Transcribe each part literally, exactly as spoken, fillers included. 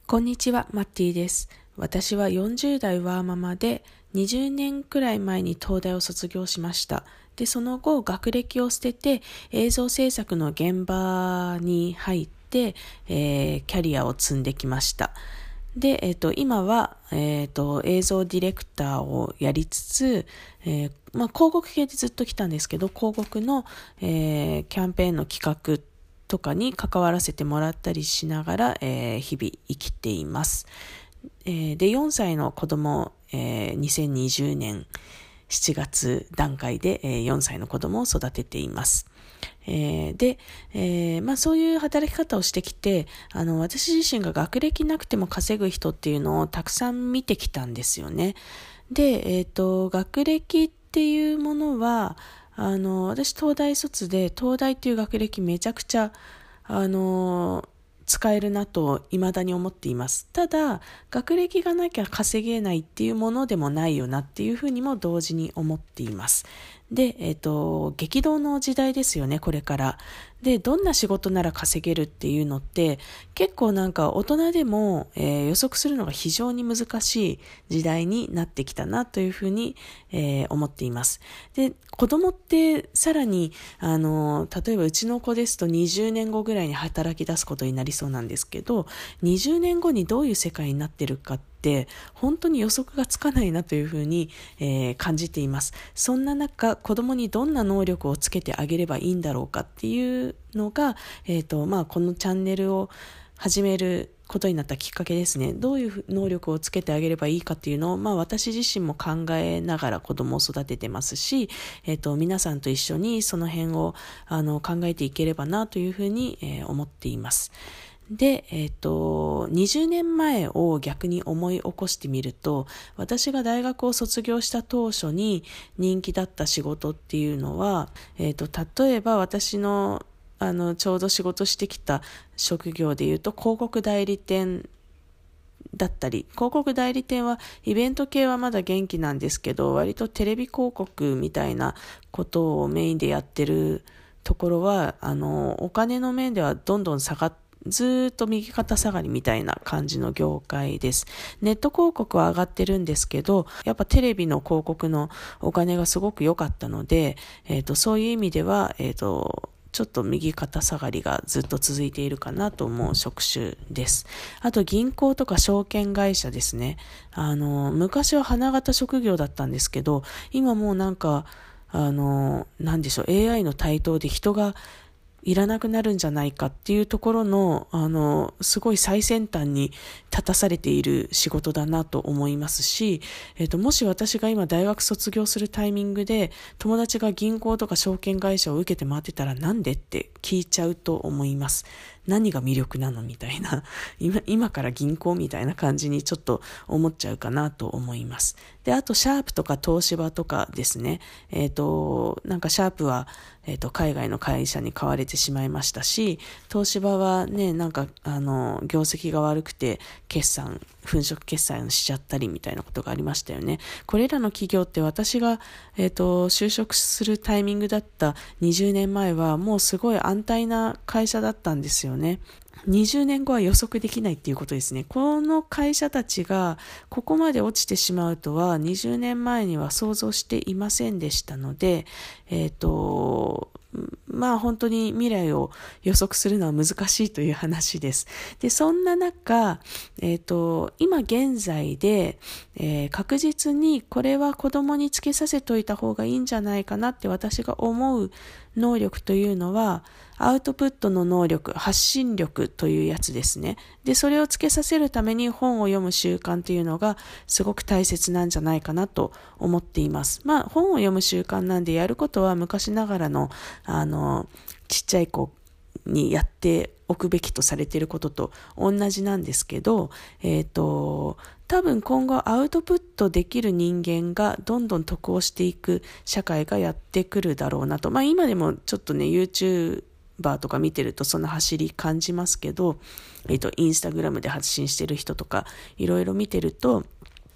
こんにちは、マッティです。私はよんじゅう代ワーママでにじゅうねんくらい前に東大を卒業しました。で、その後学歴を捨てて映像制作の現場に入って、えーキャリアを積んできました。で、えっと、今は、えっと、映像ディレクターをやりつつ、えーまあ、広告系でずっと来たんですけど、広告の、えーキャンペーンの企画とかに関わらせてもらったりしながら、えー日々生きています。えーで、よんさいの子供を、えーにせんにじゅうねんしちがつ段階で、えーよんさいの子供を育てています。えーで、えーまあそういう働き方をしてきて、あの、私自身が学歴なくても稼ぐ人っていうのをたくさん見てきたんですよね。で、えっと、学歴っていうものは、あの、私東大卒で、東大っていう学歴めちゃくちゃ、あの、使えるなと未だに思っています。ただ、学歴がなきゃ稼げないっていうものでもないよなっていうふうにも同時に思っています。で、えっと、激動の時代ですよね、これから。で、どんな仕事なら稼げるっていうのって、結構なんか大人でも、えー予測するのが非常に難しい時代になってきたなというふうに、えー思っています。で、子供ってさらに、あの、例えばうちの子ですとにじゅうねんごぐらいに働き出すことになりそうなんですけど、にじゅうねんごにどういう世界になってるかって本当に予測がつかないなというふうに、えー感じています。そんな中、子供にどんな能力をつけてあげればいいんだろうかっていうのが、えっと、まあ、このチャンネルを始めることになったきっかけですね。どういう能力をつけてあげればいいかっていうのを、まあ私自身も考えながら子供を育ててますし、えっと、皆さんと一緒にその辺をあの考えていければなというふうに、えー思っています。で、えっと、にじゅうねんまえを逆に思い起こしてみると、私が大学を卒業した当初に人気だった仕事っていうのは、えっと、例えば私の、あの、ちょうど仕事してきた職業で言うと、広告代理店だったり、広告代理店はイベント系はまだ元気なんですけど、割とテレビ広告みたいなことをメインでやってるところは、あの、お金の面ではどんどん下がって、ずーっと右肩下がりみたいな感じの業界です。ネット広告は上がってるんですけど、やっぱテレビの広告のお金がすごく良かったので、えっと、そういう意味では、えっと、ちょっと右肩下がりがずっと続いているかなと思う職種です。あと銀行とか証券会社ですね。あの、昔は花形職業だったんですけど、今もうなんか、あの、なんでしょう、エーアイ の台頭で人がいらなくなるんじゃないかっていうところの、あの、すごい最先端に立たされている仕事だなと思いますし、えっと、もし私が今大学卒業するタイミングで友達が銀行とか証券会社を受けて回ってたらなんでって聞いちゃうと思います。何が魅力なのみたいな。今、今から銀行みたいな感じにちょっと思っちゃうかなと思います。で、あと、シャープとか東芝とかですね。えっと、なんかシャープは、えっと、海外の会社に買われてしまいましたし、東芝はね、なんか、あの、業績が悪くて、決算、粉飾決算しちゃったりみたいなことがありましたよね。これらの企業って私が、えっと、就職するタイミングだったにじゅうねんまえは、もうすごい安泰な会社だったんですよね。にじゅうねんごは予測できないっていうことですね。この会社たちがここまで落ちてしまうとはにじゅうねんまえには想像していませんでしたので、えっと、まあ本当に未来を予測するのは難しいという話です。で、そんな中、えっと、今現在で、えー確実にこれは子供につけさせといた方がいいんじゃないかなって私が思う能力というのは、アウトプットの能力、発信力というやつですね。で、それをつけさせるために本を読む習慣というのがすごく大切なんじゃないかなと思っています。まあ、本を読む習慣なんでやることは昔ながらの、あの、ちっちゃい子にやっておくべきとされていることと同じなんですけど、えっと、多分今後アウトプットできる人間がどんどん得をしていく社会がやってくるだろうなと。まあ今でもちょっとね、YouTubeバーとか見てるとその走り感じますけど、えっと、インスタグラムで発信してる人とかいろいろ見てると、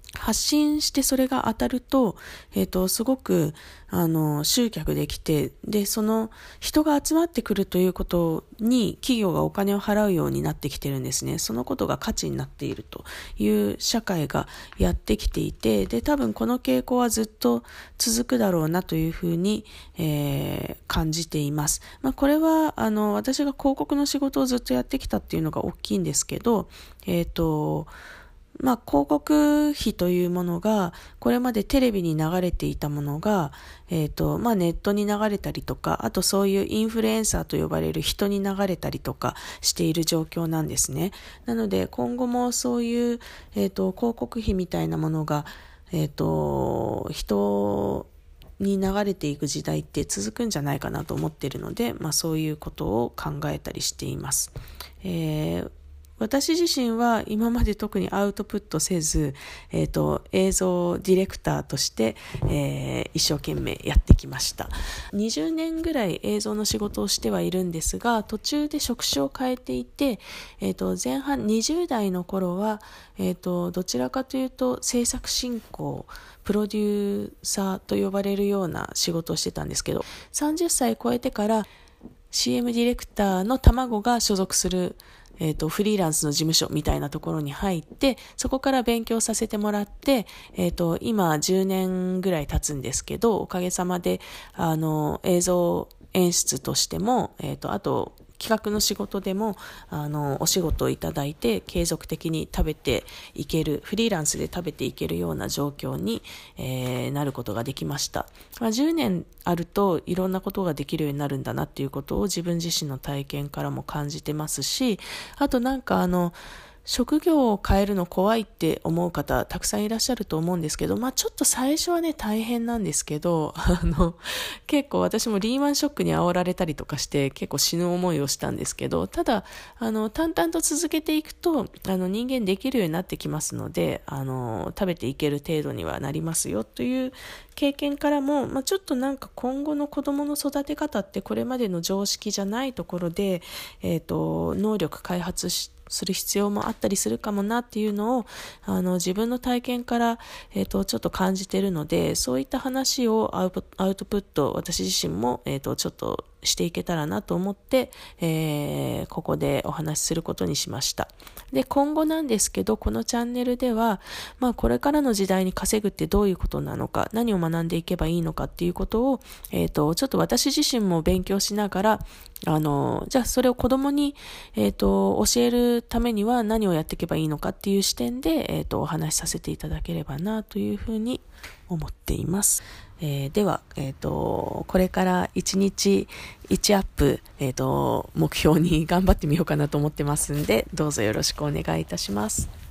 発信してそれが当たると、えっと、すごく、あの、集客できて、で、その人が集まってくるということに企業がお金を払うようになってきてるんですね。そのことが価値になっているという社会がやってきていて、で、多分この傾向はずっと続くだろうなというふうに、えー、感じています。まあ、これは、あの、私が広告の仕事をずっとやってきたっていうのが大きいんですけど、えっと、まあ、広告費というものが、これまでテレビに流れていたものが、えっと、まあ、ネットに流れたりとか、あとそういうインフルエンサーと呼ばれる人に流れたりとかしている状況なんですね。なので、今後もそういう、えっと、広告費みたいなものが、えっと、人に流れていく時代って続くんじゃないかなと思っているので、まあ、そういうことを考えたりしています。えー私自身は今まで特にアウトプットせず、えっと、映像ディレクターとして、えー、一生懸命やってきました。にじゅうねんぐらい映像の仕事をしてはいるんですが、途中で職種を変えていて、えっと、前半にじゅう代の頃は、えっと、どちらかというと制作進行、プロデューサーと呼ばれるような仕事をしてたんですけど、さんじゅっさい超えてから シーエム ディレクターの卵が所属するえっと、フリーランスの事務所みたいなところに入って、そこから勉強させてもらって、えっと、今じゅうねんぐらい経つんですけど、おかげさまで、あの、映像演出としても、えっと、あと、企画の仕事でもあのお仕事をいただいて継続的に食べていけるフリーランスで食べていけるような状況に、えー、なることができました、まあ、じゅうねんあるといろんなことができるようになるんだなっていうことを自分自身の体験からも感じてますし、あとなんかあの職業を変えるの怖いって思う方たくさんいらっしゃると思うんですけど、まあちょっと最初はね大変なんですけど、あの結構私もリーマンショックに煽られたりとかして結構死ぬ思いをしたんですけど、ただあの淡々と続けていくとあの人間できるようになってきますので、あの食べていける程度にはなりますよという経験からも、まあ、ちょっとなんか今後の子供の育て方ってこれまでの常識じゃないところで、えーと、能力開発してする必要もあったりするかもなっていうのをあの自分の体験から、えーと、ちょっと感じているので、そういった話をアウト、アウトプット私自身も、えーと、ちょっとしていけたらなと思って、えー、ここでお話しすることにしました。で、今後なんですけど、このチャンネルでは、まあ、これからの時代に稼ぐってどういうことなのか、何を学んでいけばいいのかっていうことを、えっと、ちょっと私自身も勉強しながら、あの、じゃあそれを子供に、えっと、教えるためには何をやっていけばいいのかっていう視点で、えっと、お話しさせていただければなというふうに思っています。えー、では、えっと、これからいちにちいちアップ、えっと、目標に頑張ってみようかなと思ってますんで、どうぞよろしくお願いいたします。